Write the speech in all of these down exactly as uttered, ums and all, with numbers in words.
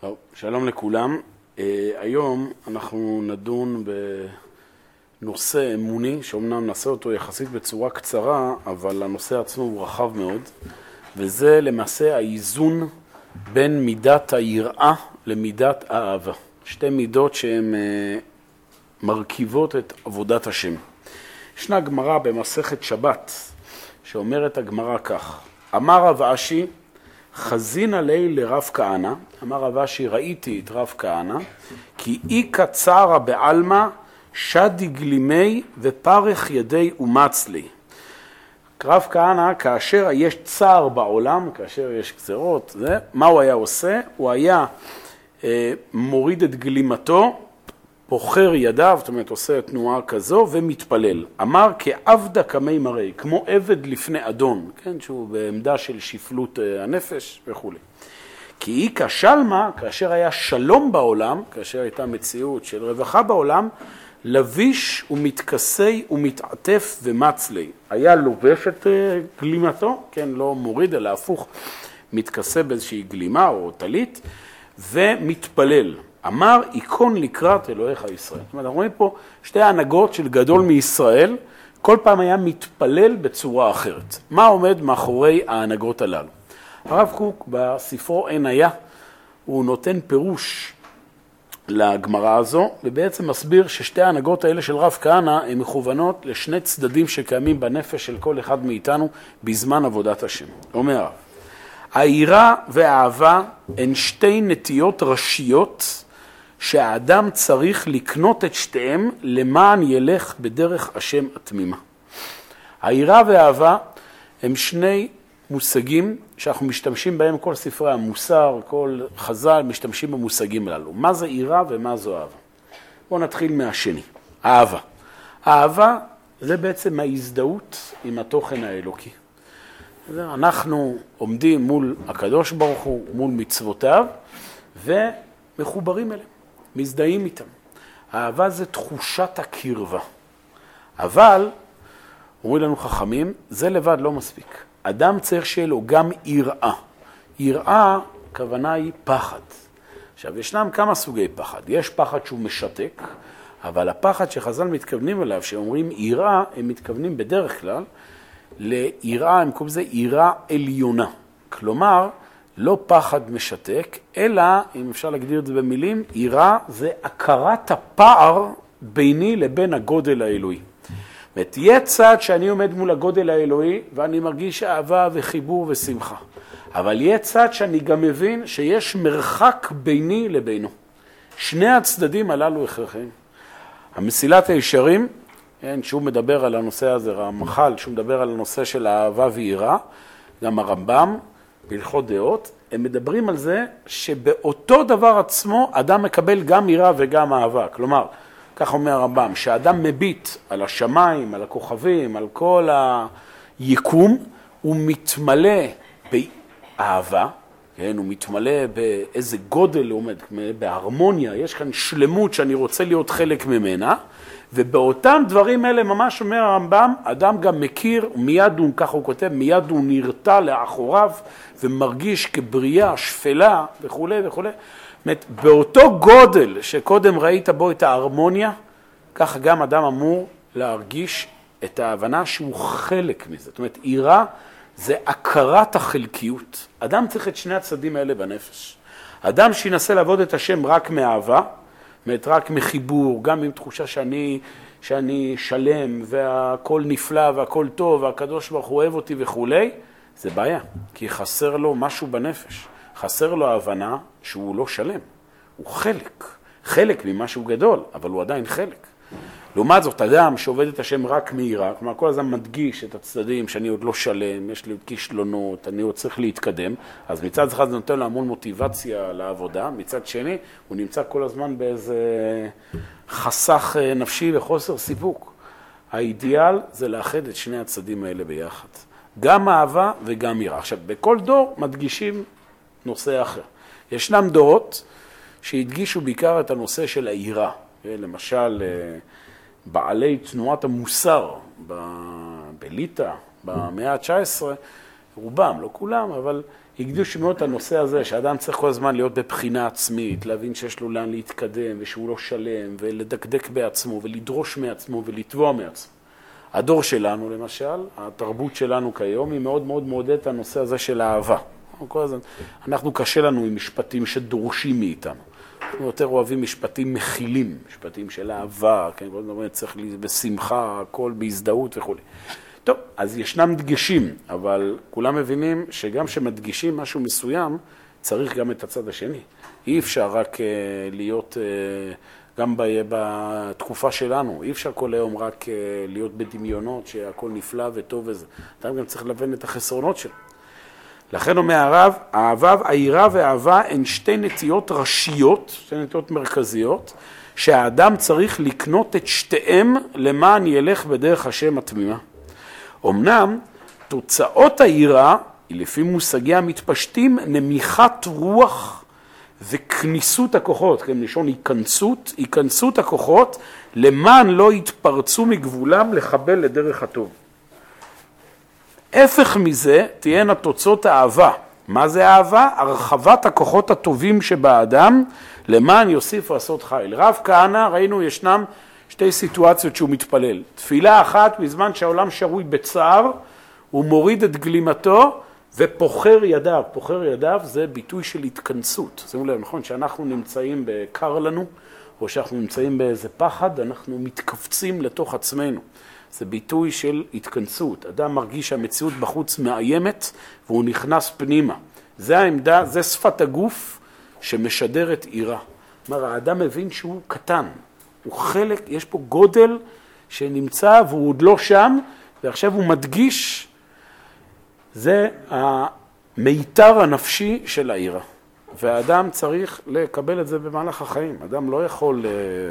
טוב, שלום לכולם. Uh, היום אנחנו נדון בנושא אמוני, שאומנם נעשה אותו יחסית בצורה קצרה, אבל הנושא עצמו הוא רחב מאוד, וזה למעשה האיזון בין מידת היראה למידת האהבה. שתי מידות שהן uh, מרכיבות את עבודת השם. ישנה גמרא במסכת שבת, שאומרת הגמרא כך: אמר רב אשי, חזין עלי לרב כהנא, אמר רב אשי, ראיתי את רב כהנא, כי אי קצרה בעלמא שדי גלימי ופרך ידי ומצלי. רב כהנא, כאשר יש צער בעולם, כאשר יש גזרות, זה, מה הוא היה עושה? הוא היה אה, מוריד את גלימתו, פוחר ידיו, זאת אומרת עושה תנועה כזו ומתפלל. אמר כעבדה כמי מראי, כמו עבד לפני אדון, כן, שהוא בעמדה של שפלות הנפש וכו'. כי היא כשלמה, כאשר היה שלום בעולם, כאשר הייתה מציאות של רווחה בעולם, לביש ומתכסי ומתעטף ומצלי. היה לובש את גלימתו, כן, לא מוריד אלא הפוך, מתכסה באיזושהי גלימה או טלית, ומתפלל. אמר, איקון לקראת אלוהיך ישראל. זאת אומרת, אנחנו רואים פה שתי ההנהגות של גדול מישראל, כל פעם היה מתפלל בצורה אחרת. מה עומד מאחורי ההנהגות הללו? הרב קוק בספרו אין היה, הוא נותן פירוש לגמרא הזו, ובעצם מסביר ששתי ההנהגות האלה של רב כהנא הן מכוונות לשני צדדים שקיימים בנפש של כל אחד מאיתנו בזמן עבודת השם. אומר הרב, היראה והאהבה הן שתי נטיות ראשיות שהאדם צריך לקנות את שתיהם למען ילך בדרך השם התמימה. היראה והאהבה הם שני מושגים שאנחנו משתמשים בהם, כל ספרי המוסר, כל חז"ל משתמשים במושגים הללו. מה זה יראה ומה זו אהבה? בואו נתחיל מהשני, אהבה. אהבה זה בעצם ההזדהות עם התוכן האלוקי. אנחנו עומדים מול הקדוש ברוך הוא, מול מצוותיו, ומחוברים אליהם, מזדהים איתם. האהבה זה תחושת הקרבה. אבל, אומרים לנו חכמים, זה לבד לא מספיק. אדם צריך שיהיה לו גם יראה. יראה, הכוונה היא פחד. עכשיו, ישנם כמה סוגי פחד. יש פחד שהוא משתק, אבל הפחד שחז"ל מתכוונים אליו, שאומרים יראה, הם מתכוונים בדרך כלל, ליראה, הם קוראים לזה יראה עליונה. כלומר, לא פחד משתק, אלא, אם אפשר להגדיר את זה במילים, יראה זה הכרת הפער ביני לבין הגודל האלוהי. ותהיה צד שאני עומד מול הגודל האלוהי, ואני מרגיש אהבה וחיבור ושמחה. אבל יהיה צד שאני גם מבין שיש מרחק ביני לבינו. שני הצדדים הללו הכרחיים. המסילת הישרים, כן, שהוא מדבר על הנושא הזה, רמח"ל, שהוא מדבר על הנושא של אהבה ויראה, גם הרמב"ם, בהלכות דעות, הם מדברים על זה שבאותו דבר עצמו אדם מקבל גם יראה וגם אהבה. כלומר, כך אומר הרמב"ם, שהאדם מביט על השמיים, על הכוכבים, על כל היקום, הוא מתמלא באהבה, כן, הוא מתמלא באיזה גודל הוא עומד, בהרמוניה, יש כאן שלמות שאני רוצה להיות חלק ממנה, ובאותם דברים האלה ממש אומר הרמב"ם, אדם גם מכיר, מיד הוא, ככה הוא כותב, מיד הוא נרתע לאחוריו, ומרגיש כבריאה, שפלה וכו' וכו'. זאת באותו גודל שקודם ראית בו את ההרמוניה, ככה גם אדם אמור להרגיש את ההבנה שהוא חלק מזה. זאת אומרת, יראה זה הכרת החלקיות. אדם צריך את שני הצדדים האלה בנפש. אדם שינסה לעבוד את השם רק מאהבה, זאת אומרת, רק מחיבור, גם עם תחושה שאני, שאני שלם והכל נפלא והכל טוב והקדוש ברוך הוא אוהב אותי וכו', זה בעיה, כי חסר לו משהו בנפש. חסר לו ההבנה שהוא לא שלם, הוא חלק, חלק ממשהו גדול, אבל הוא עדיין חלק. לעומת זאת, אדם שעובד את השם רק מיראה, כלומר כל הזמן מדגיש את הצדדים שאני עוד לא שלם, יש לי עוד כישלונות, אני עוד צריך להתקדם, אז מצד אחד זה נותן לו המון מוטיבציה לעבודה, מצד שני הוא נמצא כל הזמן באיזה חסך נפשי וחוסר סיפוק. האידיאל זה לאחד את שני הצדדים האלה ביחד, גם אהבה וגם יראה. עכשיו, בכל דור מדגישים נושא אחר. ישנם דורות שהדגישו בעיקר את הנושא של היראה. למשל, בעלי תנועת המוסר בליטא, במאה ה-תשע עשרה, רובם, לא כולם, אבל הקדיש מאוד את הנושא הזה, שאדם צריך כל הזמן להיות בבחינה עצמית, להבין שיש לו לאן להתקדם, ושהוא לא שלם, ולדקדק בעצמו, ולדרוש מעצמו, ולתבוע מעצמו. הדור שלנו, למשל, התרבות שלנו כיום, היא מאוד מאוד מעודדת את הנושא הזה של האהבה. כל הזמן, אנחנו קשה לנו עם משפטים שדורשים מאיתנו. אנחנו יותר אוהבים משפטים מכילים, משפטים של אהבה, כן, כל הזמן צריך לי בשמחה, הכל בהזדהות וכו'. טוב, אז ישנם דגשים, אבל כולם מבינים שגם שמדגישים משהו מסוים, צריך גם את הצד השני. אי אפשר רק uh, להיות, uh, גם ב- בתקופה שלנו, אי אפשר כל היום רק uh, להיות בדמיונות שהכל נפלא וטוב וזה. אתה גם צריך להבין את החסרונות שלו. לכן אומר הרב, האהבה, היראה והאהבה הן שתי נטיות ראשיות, שתי נטיות מרכזיות, שהאדם צריך לקנות את שתיהם למען ילך בדרך השם התמימה. אמנם תוצאות היראה, לפי מושגי המתפשטים, נמיכת רוח וכניסות הכוחות, כן, לשון היכנסות, היכנסות הכוחות, למען לא יתפרצו מגבולם לחבל לדרך הטוב. הפך מזה תהיינה תוצאות האהבה. מה זה אהבה? הרחבת הכוחות הטובים שבאדם, למען יוסיף לעשות חיל. רב כהנא, ראינו, ישנם שתי סיטואציות שהוא מתפלל. תפילה אחת, בזמן שהעולם שרוי בצער, הוא מוריד את גלימתו ופוחר ידיו. פוחר ידיו זה ביטוי של התכנסות. שימו לב, נכון? שאנחנו נמצאים בקר לנו, או שאנחנו נמצאים באיזה פחד, אנחנו מתכווצים לתוך עצמנו. זה ביטוי של התכנסות. אדם מרגיש שהמציאות בחוץ מאיימת, והוא נכנס פנימה. זה העמדה, זה שפת הגוף שמשדרת עירה. כלומר, האדם מבין שהוא קטן. הוא חלק, יש פה גודל שנמצא והוא עוד לא שם, ועכשיו הוא מדגיש, זה המיתר הנפשי של העירה. והאדם צריך לקבל את זה במהלך החיים. אדם לא יכול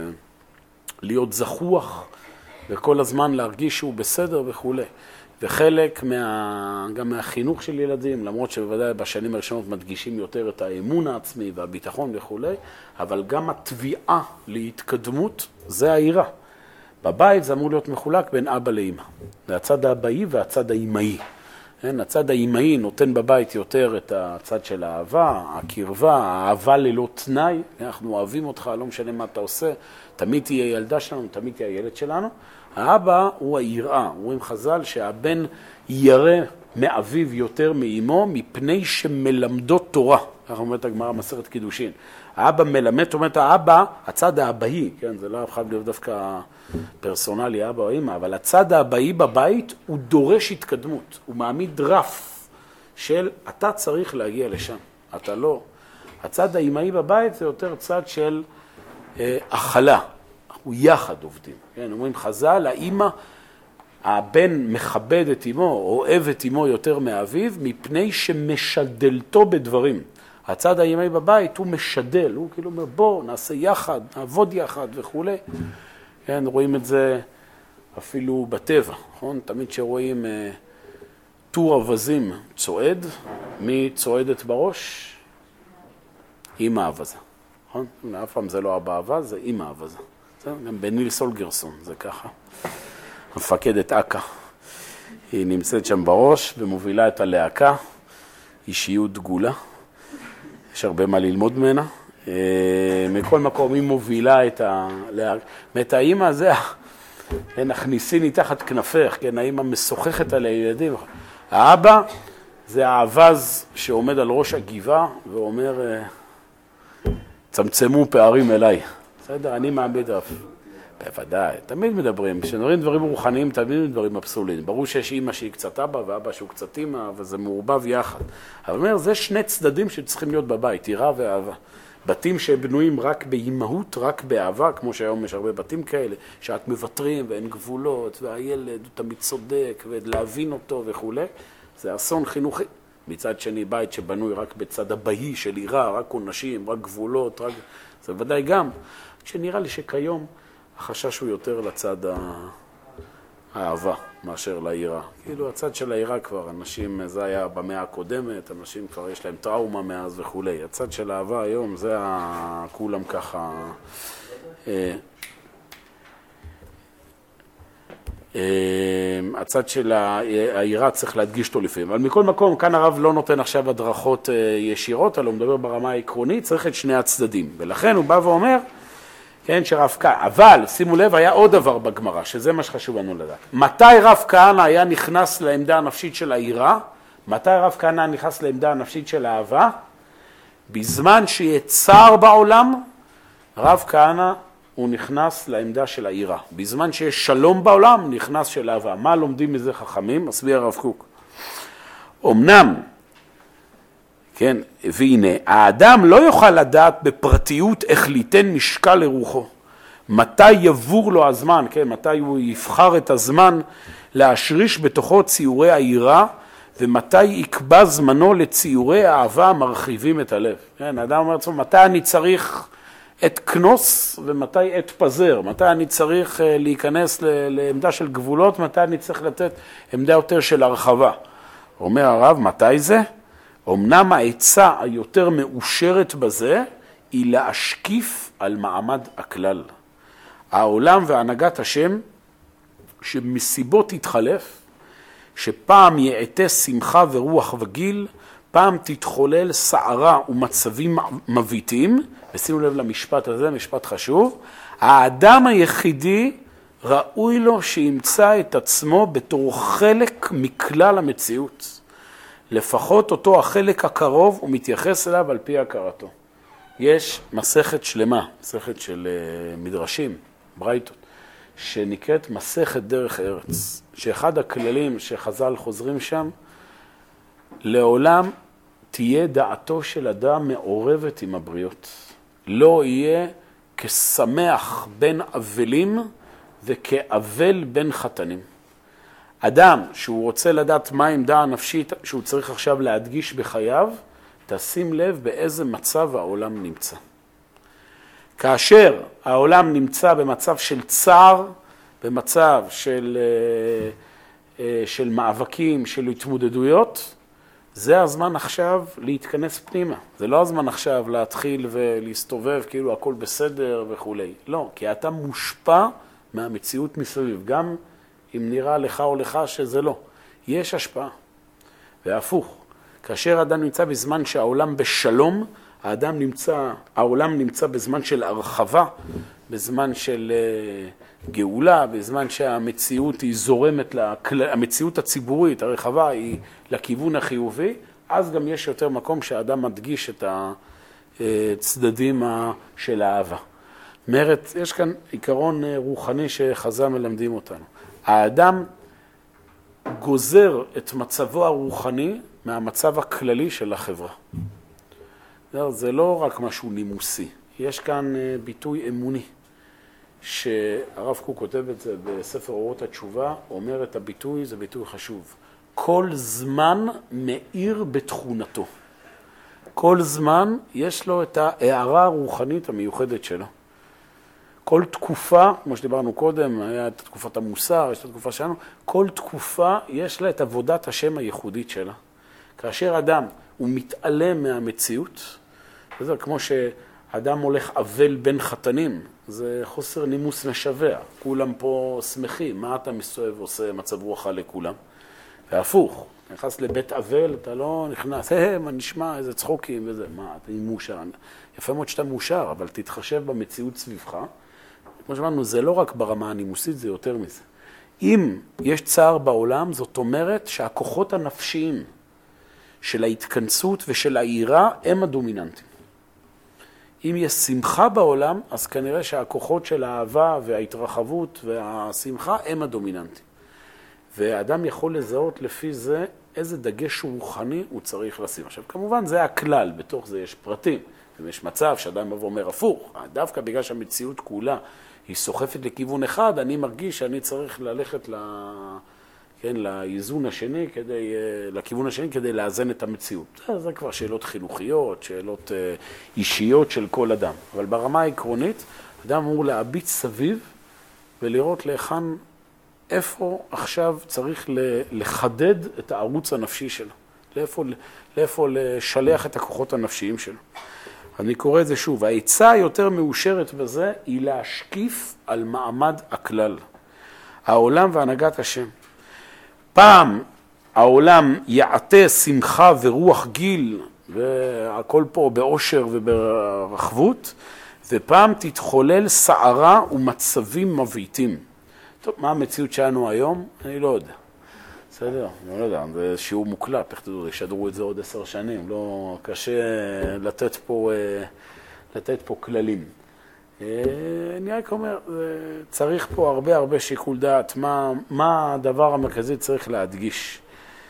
להיות זחוח, וכל הזמן להרגיש שהוא בסדר וכו'. וחלק מה, גם מהחינוך של ילדים, למרות שבוודאי בשנים הראשונות מדגישים יותר את האמון העצמי והביטחון וכו', אבל גם התביעה להתקדמות זה העירה. בבית זה אמור להיות מחולק בין אבא לאמא. זה הצד האבאי והצד האמאי. הצד האמאי נותן בבית יותר את הצד של האהבה, הקרבה, האהבה ללא תנאי. אנחנו אוהבים אותך, לא משנה מה אתה עושה, תמיד תהיה ילדה שלנו, תמיד תהיה הילד שלנו. האבא הוא היראה, אומרים חז"ל שהבן ירא מאביו יותר מאמו מפני שמלמדו תורה. ככה אומרת הגמרא מסכת קידושין. האבא מלמד, זאת אומרת האבא, הצד האבאי, כן, זה לא חייב להיות דווקא פרסונלי, אבא או אמא, אבל הצד האבאי בבית הוא דורש התקדמות, הוא מעמיד רף של אתה צריך להגיע לשם, אתה לא. הצד האמאי בבית זה יותר צד של אה, אכלה. הוא יחד עובדים. כן, אומרים חז"ל, האמא, הבן מכבד את אמו, אוהב את אמו יותר מאביו, מפני שמשדלתו בדברים. הצד האמאי בבית הוא משדל, הוא כאילו אומר, בוא, נעשה יחד, נעבוד יחד וכו'. כן, רואים את זה אפילו בטבע, נכון? תמיד שרואים אה, טור אבזים צועד, מי צועדת בראש? אמא אבזה. נכון? אף פעם זה לא אבא אבז, זה אמא אבזה. גם בניל סולגרסון, זה ככה. המפקדת אקה. היא נמצאת שם בראש ומובילה את הלהקה. אישיות דגולה. יש הרבה מה ללמוד ממנה. מכל מקום היא מובילה את הלהקה. את האמא הזה, נכניסיני תחת כנפך, כן, האמא משוחחת על הילדים. האבא זה האבז שעומד על ראש הגבעה ואומר, צמצמו פערים אליי. בסדר, אני מעמיד אף. בוודאי, תמיד מדברים. כשנראים דברים רוחניים, תמיד דברים אבסוליים. ברור שיש אמא שהיא קצת אבא ואבא שהוא קצת אמא, וזה מעורבב יחד. אבל אומר, זה שני צדדים שצריכים להיות בבית, יראה ואהבה. בתים שבנויים רק באימהות, רק באהבה, כמו שהיום יש הרבה בתים כאלה, שאת מבטרים ואין גבולות, והילד הוא תמיד צודק, ולהבין אותו וכו'. זה אסון חינוכי. מצד שני, בית שבנוי רק בצד הבאי של יראה, רק עונשים, רק גבולות, רק... זה ודאי גם. שנראה לי שכיום החשש הוא יותר לצד האהבה מאשר ליראה. כאילו הצד של היראה כבר, אנשים, זה היה במאה הקודמת, אנשים כבר יש להם טראומה מאז וכו'. הצד של האהבה היום זה כולם ככה... הצד של העירה צריך להדגיש אותו לפעמים. אבל מכל מקום, כאן הרב לא נותן עכשיו הדרכות ישירות, אלא הוא מדבר ברמה העקרונית, צריך את שני הצדדים. ולכן הוא בא ואומר, כן, שרב כהנא, אבל שימו לב, היה עוד דבר בגמרא, שזה מה שחשוב לנו לדעת. מתי רב כהנא היה נכנס לעמדה הנפשית של העירה? מתי רב כהנא נכנס לעמדה הנפשית של האהבה? בזמן שיהיה צער בעולם, רב כהנא הוא נכנס לעמדה של העירה. בזמן שיש שלום בעולם, נכנס של אהבה. מה לומדים מזה חכמים? מסביר הרב קוק. אמנם, כן, והנה, האדם לא יוכל לדעת בפרטיות איך ליתן משקל לרוחו. מתי יבור לו הזמן, כן, מתי הוא יבחר את הזמן להשריש בתוכו ציורי העירה, ומתי יקבע זמנו לציורי האהבה המרחיבים את הלב. כן, האדם אומר לעצמו, מתי אני צריך את כנוס ומתי את פזר, מתי אני צריך להיכנס לעמדה של גבולות, מתי אני צריך לתת עמדה יותר של הרחבה. אומר הרב, מתי זה? אמנם העצה היותר מאושרת בזה, היא להשקיף על מעמד הכלל. העולם והנהגת השם, שמסיבות יתחלף, שפעם יעטה שמחה ורוח וגיל, פעם תתחולל סערה ומצבים מביטים, ושימו לב למשפט הזה, משפט חשוב, האדם היחידי ראוי לו שימצא את עצמו בתור חלק מכלל המציאות. לפחות אותו החלק הקרוב הוא מתייחס אליו על פי הכרתו. יש מסכת שלמה, מסכת של מדרשים, ברייתות, שנקראת מסכת דרך ארץ, שאחד הכללים שחז"ל חוזרים שם, לעולם תהיה דעתו של אדם מעורבת עם הבריות. לא יהיה כשמח בין אבלים וכאבל בין חתנים. אדם שהוא רוצה לדעת מה העמדה הנפשית שהוא צריך עכשיו להדגיש בחייו, תשים לב באיזה מצב העולם נמצא. כאשר העולם נמצא במצב של צער, במצב של, של מאבקים, של התמודדויות, זה הזמן עכשיו להתכנס פנימה. זה לא הזמן עכשיו להתחיל ולהסתובב כאילו הכל בסדר וכו'. לא, כי אתה מושפע מהמציאות מסביב, גם אם נראה לך או לך שזה לא. יש השפעה. והפוך, כאשר האדם נמצא בזמן שהעולם בשלום, האדם נמצא, העולם נמצא בזמן של הרחבה, בזמן של גאולה, בזמן שהמציאות היא זורמת, המציאות הציבורית, הרחבה היא לכיוון החיובי, אז גם יש יותר מקום שהאדם מדגיש את הצדדים של האהבה. אומרת, יש כאן עיקרון רוחני שחז"ל מלמדים אותנו. האדם גוזר את מצבו הרוחני מהמצב הכללי של החברה. זה לא רק משהו נימוסי, יש כאן ביטוי אמוני, שהרב קוק כותב את זה בספר אורות התשובה, אומר את הביטוי, זה ביטוי חשוב. כל זמן מאיר בתכונתו. כל זמן יש לו את ההערה הרוחנית המיוחדת שלו. כל תקופה, כמו שדיברנו קודם, היה את תקופת המוסר, יש את התקופה שלנו, כל תקופה יש לה את עבודת השם הייחודית שלה. כאשר אדם הוא מתעלם מהמציאות, וזה כמו שאדם הולך אבל בין חתנים, זה חוסר נימוס משווה, כולם פה שמחים, מה אתה מסתובב ועושה מצב רוחה לכולם? והפוך, נכנס לבית אבל, אתה לא נכנס, היי, מה נשמע, איזה צחוקים וזה, מה, אתה מאושר, יפה מאוד שאתה מאושר, אבל תתחשב במציאות סביבך, כמו שאמרנו, זה לא רק ברמה הנימוסית, זה יותר מזה. אם יש צער בעולם, זאת אומרת שהכוחות הנפשיים של ההתכנסות ושל העירה הם הדומיננטיים. אם יש שמחה בעולם, אז כנראה שהכוחות של האהבה וההתרחבות והשמחה הם הדומיננטיים. והאדם יכול לזהות לפי זה איזה דגש רוחני הוא צריך לשים. עכשיו, כמובן זה הכלל, בתוך זה יש פרטים. ויש מצב שאדם מבוא אומר הפוך, דווקא בגלל שהמציאות כולה היא סוחפת לכיוון אחד, אני מרגיש שאני צריך ללכת ל... כן, לאיזון השני, כדי, לכיוון השני, כדי לאזן את המציאות. זה, זה כבר שאלות חינוכיות, שאלות אישיות של כל אדם. אבל ברמה העקרונית, אדם אמור להביט סביב ולראות להיכן, איפה עכשיו צריך לחדד את הערוץ הנפשי שלו. לאיפה, לאיפה לשלח את הכוחות הנפשיים שלו. אני קורא את זה שוב. העצה היותר מאושרת בזה היא להשקיף על מעמד הכלל. העולם והנהגת השם. פעם העולם יעטה שמחה ורוח גיל, והכל פה באושר וברחבות, ופעם תתחולל סערה ומצבים מבעיטים. טוב, מה המציאות שלנו היום? אני לא יודע. בסדר, אני לא יודע, זה שיעור מוקלט, איך תדעו, ישדרו את זה עוד עשר שנים, לא קשה לתת פה, לתת פה כללים. אני רק אומר, צריך פה הרבה הרבה שיקול דעת, מה, מה הדבר המרכזי צריך להדגיש.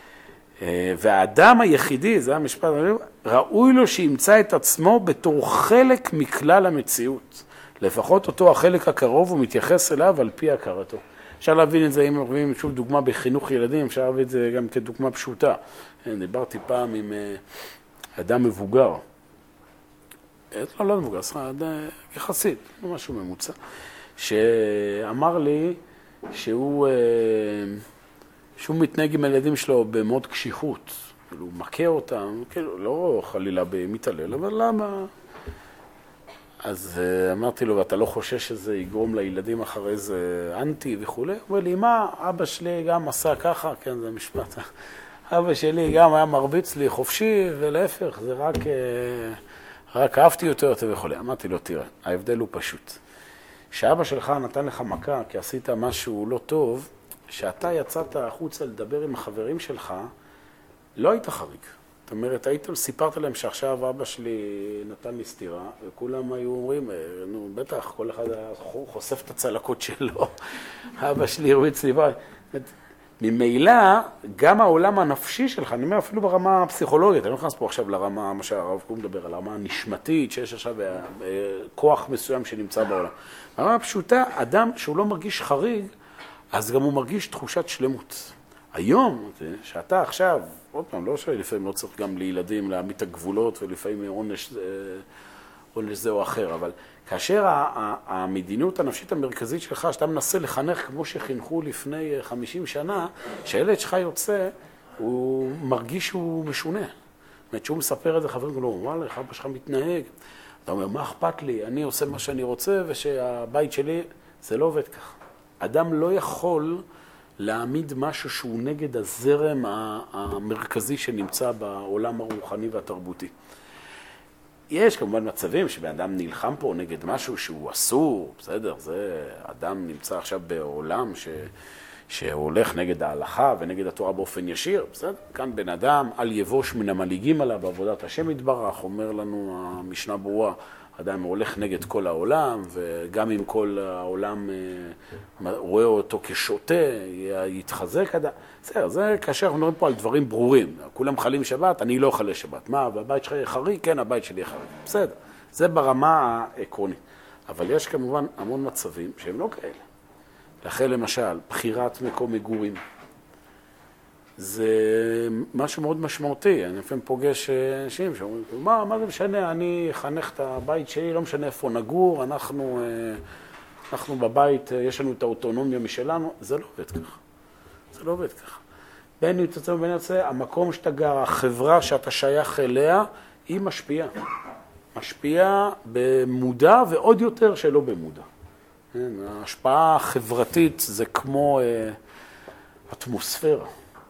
והאדם היחידי, זה המשפט, ראוי לו שימצא את עצמו בתור חלק מכלל המציאות. לפחות אותו החלק הקרוב הוא מתייחס אליו על פי הכרתו. אפשר להבין את זה, אם אנחנו מביאים שוב דוגמה בחינוך ילדים, אפשר להבין את זה גם כדוגמה פשוטה. דיברתי פעם עם אדם מבוגר, לא, לא מבוגר, יחסית, לא משהו ממוצע, שאמר לי שהוא, שהוא מתנהג עם הילדים שלו במאוד קשיחות, הוא מכה אותם, כאילו, לא חלילה במתעלל, אבל למה? אז אמרתי לו, ואתה לא חושש שזה יגרום לילדים אחרי זה אנטי וכו'? הוא אומר לי, מה, אבא שלי גם עשה ככה, כן, זה משפט. אבא שלי גם היה מרביץ לי חופשי, ולהפך, זה רק, רק אהבתי אותו יותר וכו'. אמרתי לו, תראה, ההבדל הוא פשוט. שאבא שלך נתן לך מכה כי עשית משהו לא טוב, שאתה יצאת החוצה לדבר עם החברים שלך, לא היית חריג. זאת אומרת, הייתם, סיפרת להם שעכשיו אבא שלי נתן לי סתירה, וכולם היו אומרים, נו, בטח, כל אחד חושף את הצלקות שלו. אבא שלי הרביץ לי. ממילא, גם העולם הנפשי שלך, אני אומר אפילו ברמה הפסיכולוגית, אני לא נכנס פה עכשיו לרמה, מה שהרב קוק מדבר, על הרמה הנשמתית, שיש עכשיו כוח מסוים שנמצא בעולם. ברמה הפשוטה, אדם שהוא לא מרגיש חריג, אז גם הוא מרגיש תחושת שלמות. היום, שאתה עכשיו, עוד פעם, לא שלפעמים לא צריך גם לילדים להעמיד את הגבולות, ולפעמים עונש, עונש זה או אחר, אבל כאשר המדיניות הנפשית המרכזית שלך, שאתה מנסה לחנך כמו שחינכו לפני חמישים שנה, שהילד שלך יוצא, הוא מרגיש שהוא משונה. זאת אומרת, שהוא מספר את זה, חברים שלו, וואלה, איך אבא שלך מתנהג. אתה אומר, מה אכפת לי? אני עושה מה שאני רוצה, ושהבית שלי, זה לא עובד כך. אדם לא יכול להעמיד משהו שהוא נגד הזרם המרכזי שנמצא בעולם הרוחני והתרבותי. יש כמובן מצבים שבאדם נלחם פה נגד משהו שהוא אסור, בסדר, זה אדם נמצא עכשיו בעולם ש... שהולך נגד ההלכה ונגד התורה באופן ישיר, בסדר? כאן בן אדם על יבוש מן המליגים עליו בעבודת השם יתברך, אומר לנו המשנה ברורה, אדם הולך נגד כל העולם, וגם אם כל העולם רואה אותו כשוטה, יתחזק אדם. בסדר, זה כאשר אנחנו מדברים פה על דברים ברורים. כולם חלים שבת, אני לא חלה שבת. מה, והבית שלך יהיה חריג? כן, הבית שלי יהיה חריג. בסדר, זה ברמה העקרונית. אבל יש כמובן המון מצבים שהם לא כאלה. לכן למשל, בחירת מקום מגורים. זה משהו מאוד משמעותי. אני לפעמים פוגש אנשים שאומרים, מה, מה זה משנה? אני אחנך את הבית שלי, לא משנה איפה נגור, אנחנו, אנחנו בבית, יש לנו את האוטונומיה משלנו. זה לא עובד ככה. זה לא עובד ככה. בין יוצא ובין יוצא, המקום שאתה גר, החברה שאתה שייך אליה, היא משפיעה. משפיעה במודע ועוד יותר שלא במודע. ההשפעה החברתית זה כמו אטמוספירה.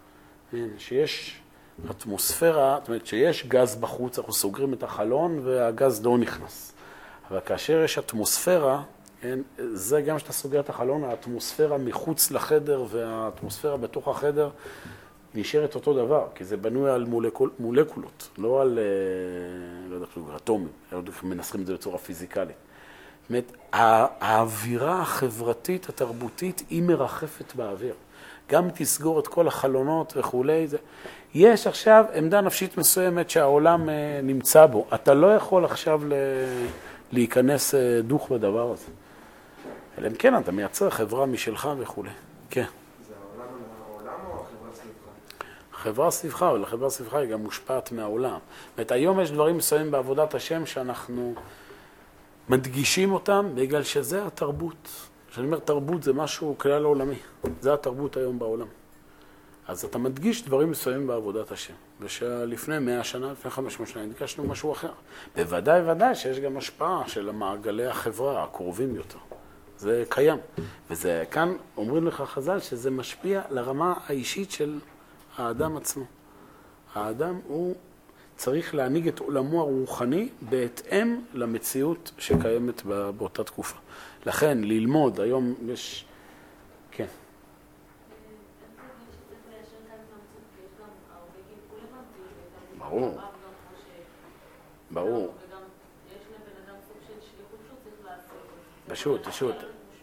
שיש אטמוספירה, זאת אומרת שיש גז בחוץ, אנחנו סוגרים את החלון והגז לא נכנס. אבל כאשר יש אטמוספירה, זה גם שאתה סוגר את החלון, האטמוספירה מחוץ לחדר והאטמוספירה בתוך החדר נשארת אותו דבר, כי זה בנוי על מולקול, מולקולות, לא על, לא יודע, אטומים, לא יודע איך מנסחים את זה בצורה פיזיקלית. זאת אומרת, האווירה החברתית, התרבותית, היא מרחפת באוויר. גם תסגור את כל החלונות וכולי. זה... יש עכשיו עמדה נפשית מסוימת שהעולם נמצא בו. אתה לא יכול עכשיו ל... להיכנס דוך בדבר הזה. אלא אם כן, אתה מייצר חברה משלך וכולי. כן. זה העולם, העולם או החברה סביבך? חברה סביבך, אבל החברה סביבך היא גם מושפעת מהעולם. זאת אומרת, היום יש דברים מסוימים בעבודת השם שאנחנו מדגישים אותם בגלל שזה התרבות. כשאני אומר תרבות זה משהו כלל עולמי, זה התרבות היום בעולם. אז אתה מדגיש דברים מסוימים בעבודת השם, ושלפני מאה שנה, לפני חמש מאות שנה, הדגשנו משהו אחר. בוודאי ודאי שיש גם השפעה של המעגלי החברה הקרובים יותר. זה קיים. וזה כאן אומרים לך חז"ל שזה משפיע לרמה האישית של האדם עצמו. האדם הוא צריך להנהיג את עולמו הרוחני בהתאם למציאות שקיימת באותה תקופה. לכן ללמוד, היום יש... כן. ברור. ברור. פשוט, פשוט.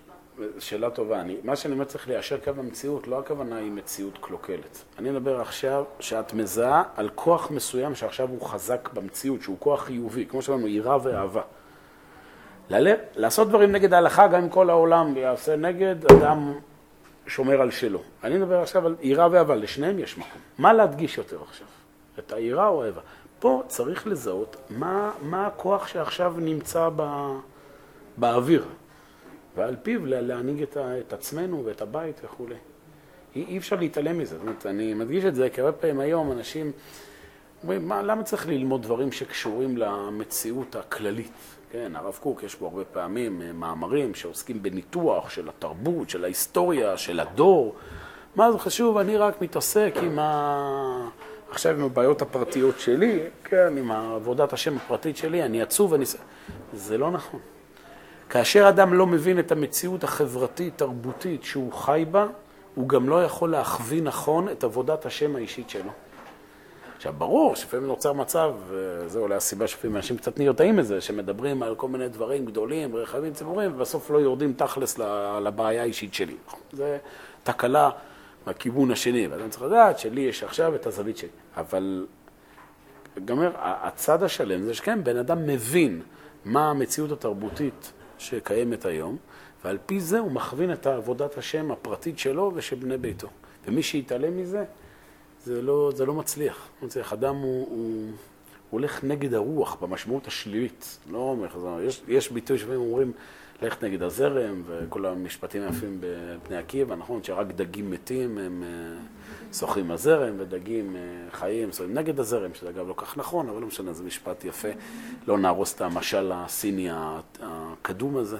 שאלה טובה. אני, מה שאני אומר צריך ליישר קו במציאות, לא הכוונה היא מציאות קלוקלת. אני מדבר עכשיו שאת מזהה על כוח מסוים שעכשיו הוא חזק במציאות, שהוא כוח חיובי, כמו שאמרנו, יראה ואהבה. ללב, לעשות דברים נגד ההלכה, גם אם כל העולם יעשה נגד, אדם שומר על שלו. אני מדבר עכשיו על יראה ואהבה, לשניהם יש מקום. מה להדגיש יותר עכשיו? את היראה או האהבה? פה צריך לזהות מה, מה הכוח שעכשיו נמצא ב, באוויר. ועל פיו להנהיג את, את עצמנו ואת הבית וכו'. אי, אי אפשר להתעלם מזה. זאת אומרת, אני מדגיש את זה, כי הרבה פעמים היום אנשים אומרים, מה, למה צריך ללמוד דברים שקשורים למציאות הכללית? כן, הרב קוק, יש בו הרבה פעמים מאמרים שעוסקים בניתוח של התרבות, של ההיסטוריה, של הדור. מה זה חשוב? אני רק מתעסק עם ה... עכשיו עם הבעיות הפרטיות שלי, כן, עם עבודת השם הפרטית שלי, אני עצוב ואני... זה לא נכון. כאשר אדם לא מבין את המציאות החברתית, תרבותית שהוא חי בה, הוא גם לא יכול להכווין נכון את עבודת השם האישית שלו. עכשיו, ברור שפעמים נוצר מצב, וזו אולי הסיבה שפעמים אנשים קצת נהיותאים מזה, שמדברים על כל מיני דברים גדולים, רחבים ציבוריים, ובסוף לא יורדים תכלס לבעיה האישית שלי. זה תקלה בכיוון השני, ואדם צריך לדעת שלי יש עכשיו את הזווית שלי. אבל גם הצד השלם זה שכן, בן אדם מבין מה המציאות התרבותית שקיימת היום, ועל פי זה הוא מכווין את עבודת השם הפרטית שלו ושל בני ביתו. ומי שיתעלם מזה, זה לא, זה לא מצליח. מצליח. אדם הוא, הוא, הוא הולך נגד הרוח במשמעות השלילית. לא אומר, יש, יש ביטוי שבהם אומרים, לך נגד הזרם, וכל המשפטים היפים בבני עקיבא, נכון? שרק דגים מתים הם שוחים הזרם, ודגים חיים, שוחים נגד הזרם, שזה אגב לא כך נכון, אבל לא משנה, זה משפט יפה. לא נהרוס את המשל הסיני הקדום הזה.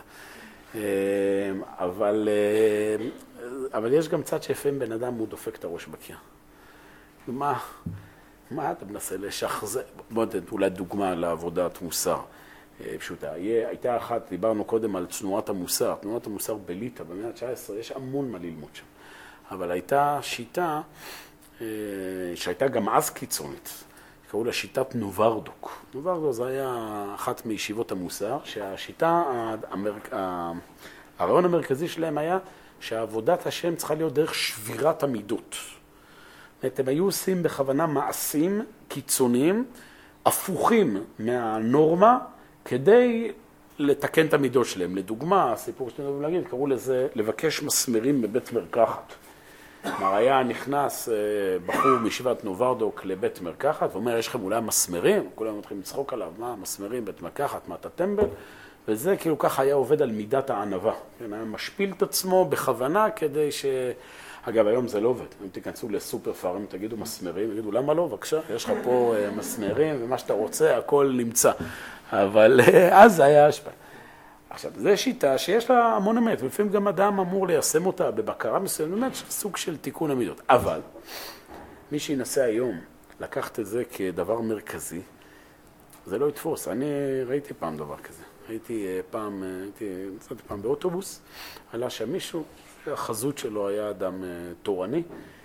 אבל, אבל יש גם צד שיפים בן אדם, הוא דופק את הראש בקיר. מה, מה אתה מנסה לשחזר? בוא נתן אולי דוגמה לעבודת מוסר פשוטה. הייתה אחת, דיברנו קודם על תנועת המוסר. תנועת המוסר בליטא, במאה ה-תשע עשרה, יש המון מה ללמוד שם. אבל הייתה שיטה שהייתה גם אז קיצונית. קראו לה שיטת נוברדוק. נוברדוק זה היה אחת מישיבות המוסר, שהשיטה, הרעיון המרכזי שלהם היה שעבודת השם צריכה להיות דרך שבירת המידות. הם היו עושים בכוונה מעשים קיצוניים, הפוכים מהנורמה, כדי לתקן את המידות שלהם. לדוגמה, הסיפור שאתם יכולים להגיד, קראו לזה לבקש מסמרים בבית מרקחת. כלומר, היה נכנס בחור מישיבת נוברדוק לבית מרקחת, ואומר, יש לכם אולי מסמרים? כולם מתחילים לצחוק עליו, מה, מסמרים, בית מרקחת, מה אתה טמבל? וזה כאילו ככה היה עובד על מידת הענווה. היה משפיל את עצמו בכוונה כדי ש... אגב, היום זה לא עובד. אם תיכנסו לסופר פארם, תגידו מסמרים, תגידו, למה לא? בבקשה, יש לך פה מסמרים, ומה שאתה רוצה, הכל נמצא. אבל אז זה היה השפעה. עכשיו, זו שיטה שיש לה המון אמת, ולפעמים גם אדם אמור ליישם אותה בבקרה מסוימת, באמת סוג של תיקון המידות. אבל, מי שינסה היום לקחת את זה כדבר מרכזי, זה לא יתפוס. אני ראיתי פעם דבר כזה. הייתי פעם, הייתי, נסעתי פעם באוטובוס, עלה שם מישהו, החזות שלו היה אדם תורני,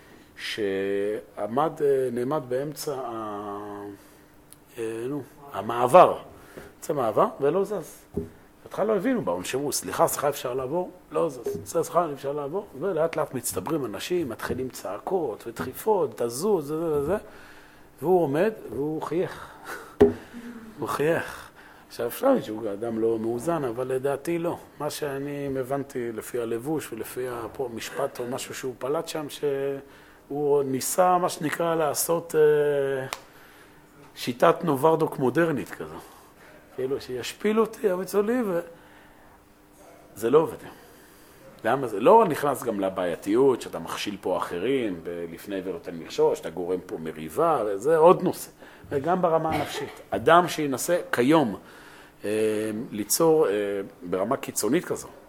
שעמד, נעמד באמצע ה... נו, המעבר. זה מעבר ולא זז. בהתחלה לא הבינו בה, נשמעו, סליחה, סליחה, אפשר לעבור? לא זז. סליחה, אפשר לעבור? ולאט לאט מצטברים אנשים, מתחילים צעקות ודחיפות, תזוז, זה, זה, זה. והוא עומד והוא חייך. הוא חייך. עכשיו אפשר שהוא אדם לא מאוזן, אבל לדעתי לא. מה שאני הבנתי לפי הלבוש ולפי המשפט או משהו שהוא פלט שם, שהוא ניסה מה שנקרא לעשות אה, שיטת נוברדוק מודרנית כזו. כאילו שישפיל אותי, אמיצו לי, וזה לא עובד. למה זה? לא נכנס גם לבעייתיות שאתה מכשיל פה אחרים, לפני ורותן מכשול, שאתה גורם פה מריבה, וזה עוד נושא. וגם ברמה הנפשית. אדם שינסה כיום, ליצור ברמה קיצונית כזו,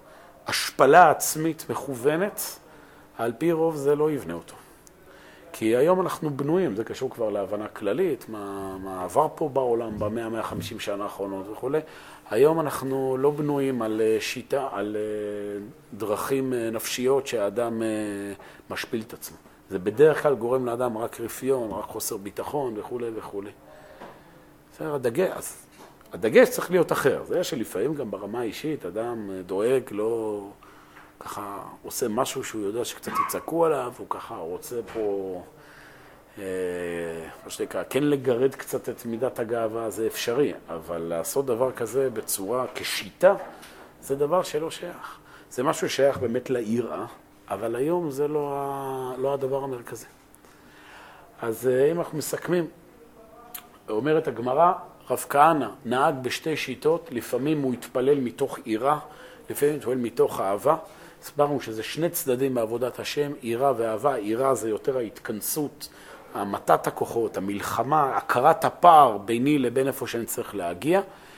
השפלה עצמית מכוונת, על פי רוב זה לא יבנה אותו. כי היום אנחנו בנויים, זה קשור כבר להבנה כללית, מה, מה עבר פה בעולם ב-מאה מאה וחמישים שנה האחרונות וכו'. היום אנחנו לא בנויים על שיטה, על דרכים נפשיות שהאדם משפיל את עצמו. זה בדרך כלל גורם לאדם רק רפיון, רק חוסר ביטחון וכו' וכו'. זה הדגש, אז הדגש צריך להיות אחר. זה שלפעמים גם ברמה האישית, אדם דואג, לא ככה עושה משהו שהוא יודע שקצת יצעקו עליו, הוא ככה רוצה פה, אה, מה שנקרא, כן לגרד קצת את מידת הגאווה, זה אפשרי, אבל לעשות דבר כזה בצורה כשיטה, זה דבר שלא שייך. זה משהו שייך באמת ליראה, אבל היום זה לא, ה, לא הדבר המרכזי. אז אם אנחנו מסכמים, אומרת הגמרא, רב כהנא נהג בשתי שיטות, לפעמים הוא התפלל מתוך יראה, לפעמים הוא התפלל מתוך אהבה. הסברנו שזה שני צדדים בעבודת השם, יראה ואהבה. יראה זה יותר ההתכנסות, המתת הכוחות, המלחמה, הכרת הפער ביני לבין איפה שאני צריך להגיע.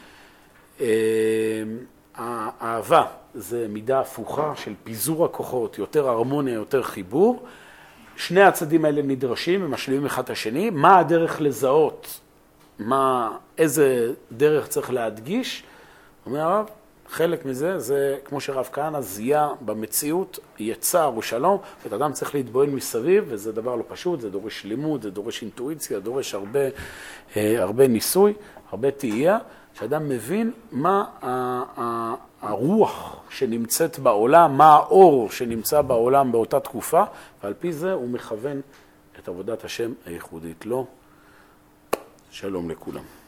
האהבה זה מידה הפוכה של פיזור הכוחות, יותר הרמוניה, יותר חיבור. שני הצדדים האלה נדרשים, הם משלימים אחד את השני. מה הדרך לזהות? מה, איזה דרך צריך להדגיש? אומר הרב, חלק מזה זה, כמו שרב כהנא זיהה במציאות, יצר ושלום, ואת אדם צריך להתבונן מסביב, וזה דבר לא פשוט, זה דורש לימוד, זה דורש אינטואיציה, זה דורש הרבה, הרבה ניסוי, הרבה תהייה, שאדם מבין מה הרוח שנמצאת בעולם, מה האור שנמצא בעולם באותה תקופה, ועל פי זה הוא מכוון את עבודת השם הייחודית לו. שלום לכולם.